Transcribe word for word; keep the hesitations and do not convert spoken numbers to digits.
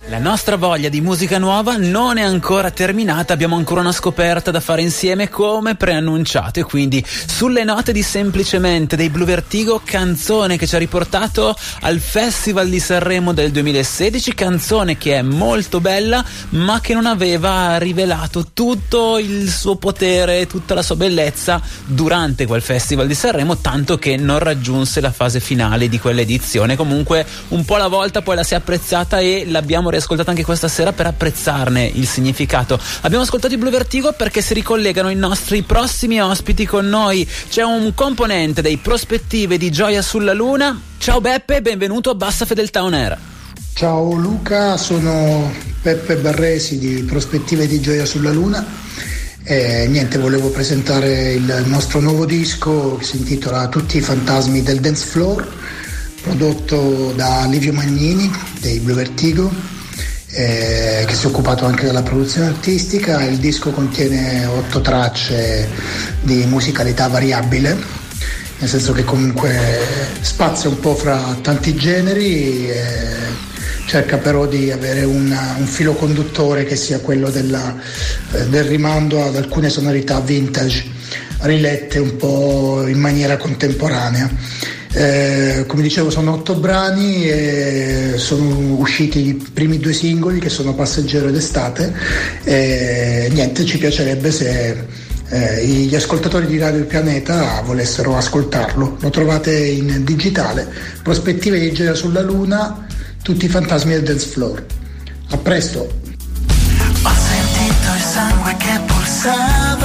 La nostra voglia di musica nuova non è ancora terminata, abbiamo ancora una scoperta da fare insieme come preannunciato, e quindi sulle note di Semplicemente dei Blue Vertigo, canzone che ci ha riportato al Festival di Sanremo del duemilasedici, canzone che è molto bella ma che non aveva rivelato tutto il suo potere, tutta la sua bellezza durante quel Festival di Sanremo, tanto che non raggiunse la fase finale di quell'edizione. Comunque un po' alla volta poi la si è apprezzata e l'abbiamo ascoltata anche questa sera per apprezzarne il significato. Abbiamo ascoltato i Blue Vertigo perché si ricollegano i nostri prossimi ospiti con noi. C'è un componente dei Prospettive di Gioia sulla Luna. Ciao Beppe, benvenuto a Bassa Fedeltà On Air. Ciao Luca, sono Beppe Barresi di Prospettive di Gioia sulla Luna. E niente, volevo presentare il nostro nuovo disco che si intitola Tutti i fantasmi del dance floor, prodotto da Livio Magnini dei Blue Vertigo, Eh, che si è occupato anche della produzione artistica. Il disco contiene otto tracce di musicalità variabile, nel senso che comunque spazia un po' fra tanti generi, e cerca però di avere una, un filo conduttore che sia quello della, eh, del rimando ad alcune sonorità vintage rilette un po' in maniera contemporanea. Eh, come dicevo, sono otto brani e sono usciti i primi due singoli che sono Passeggero ed Estate, e niente, ci piacerebbe se eh, gli ascoltatori di Radio Pianeta volessero ascoltarlo. Lo trovate in digitale, Prospettive di Gioia sulla Luna, Tutti i fantasmi del dance floor. A presto. Ho sentito il sangue che pulsava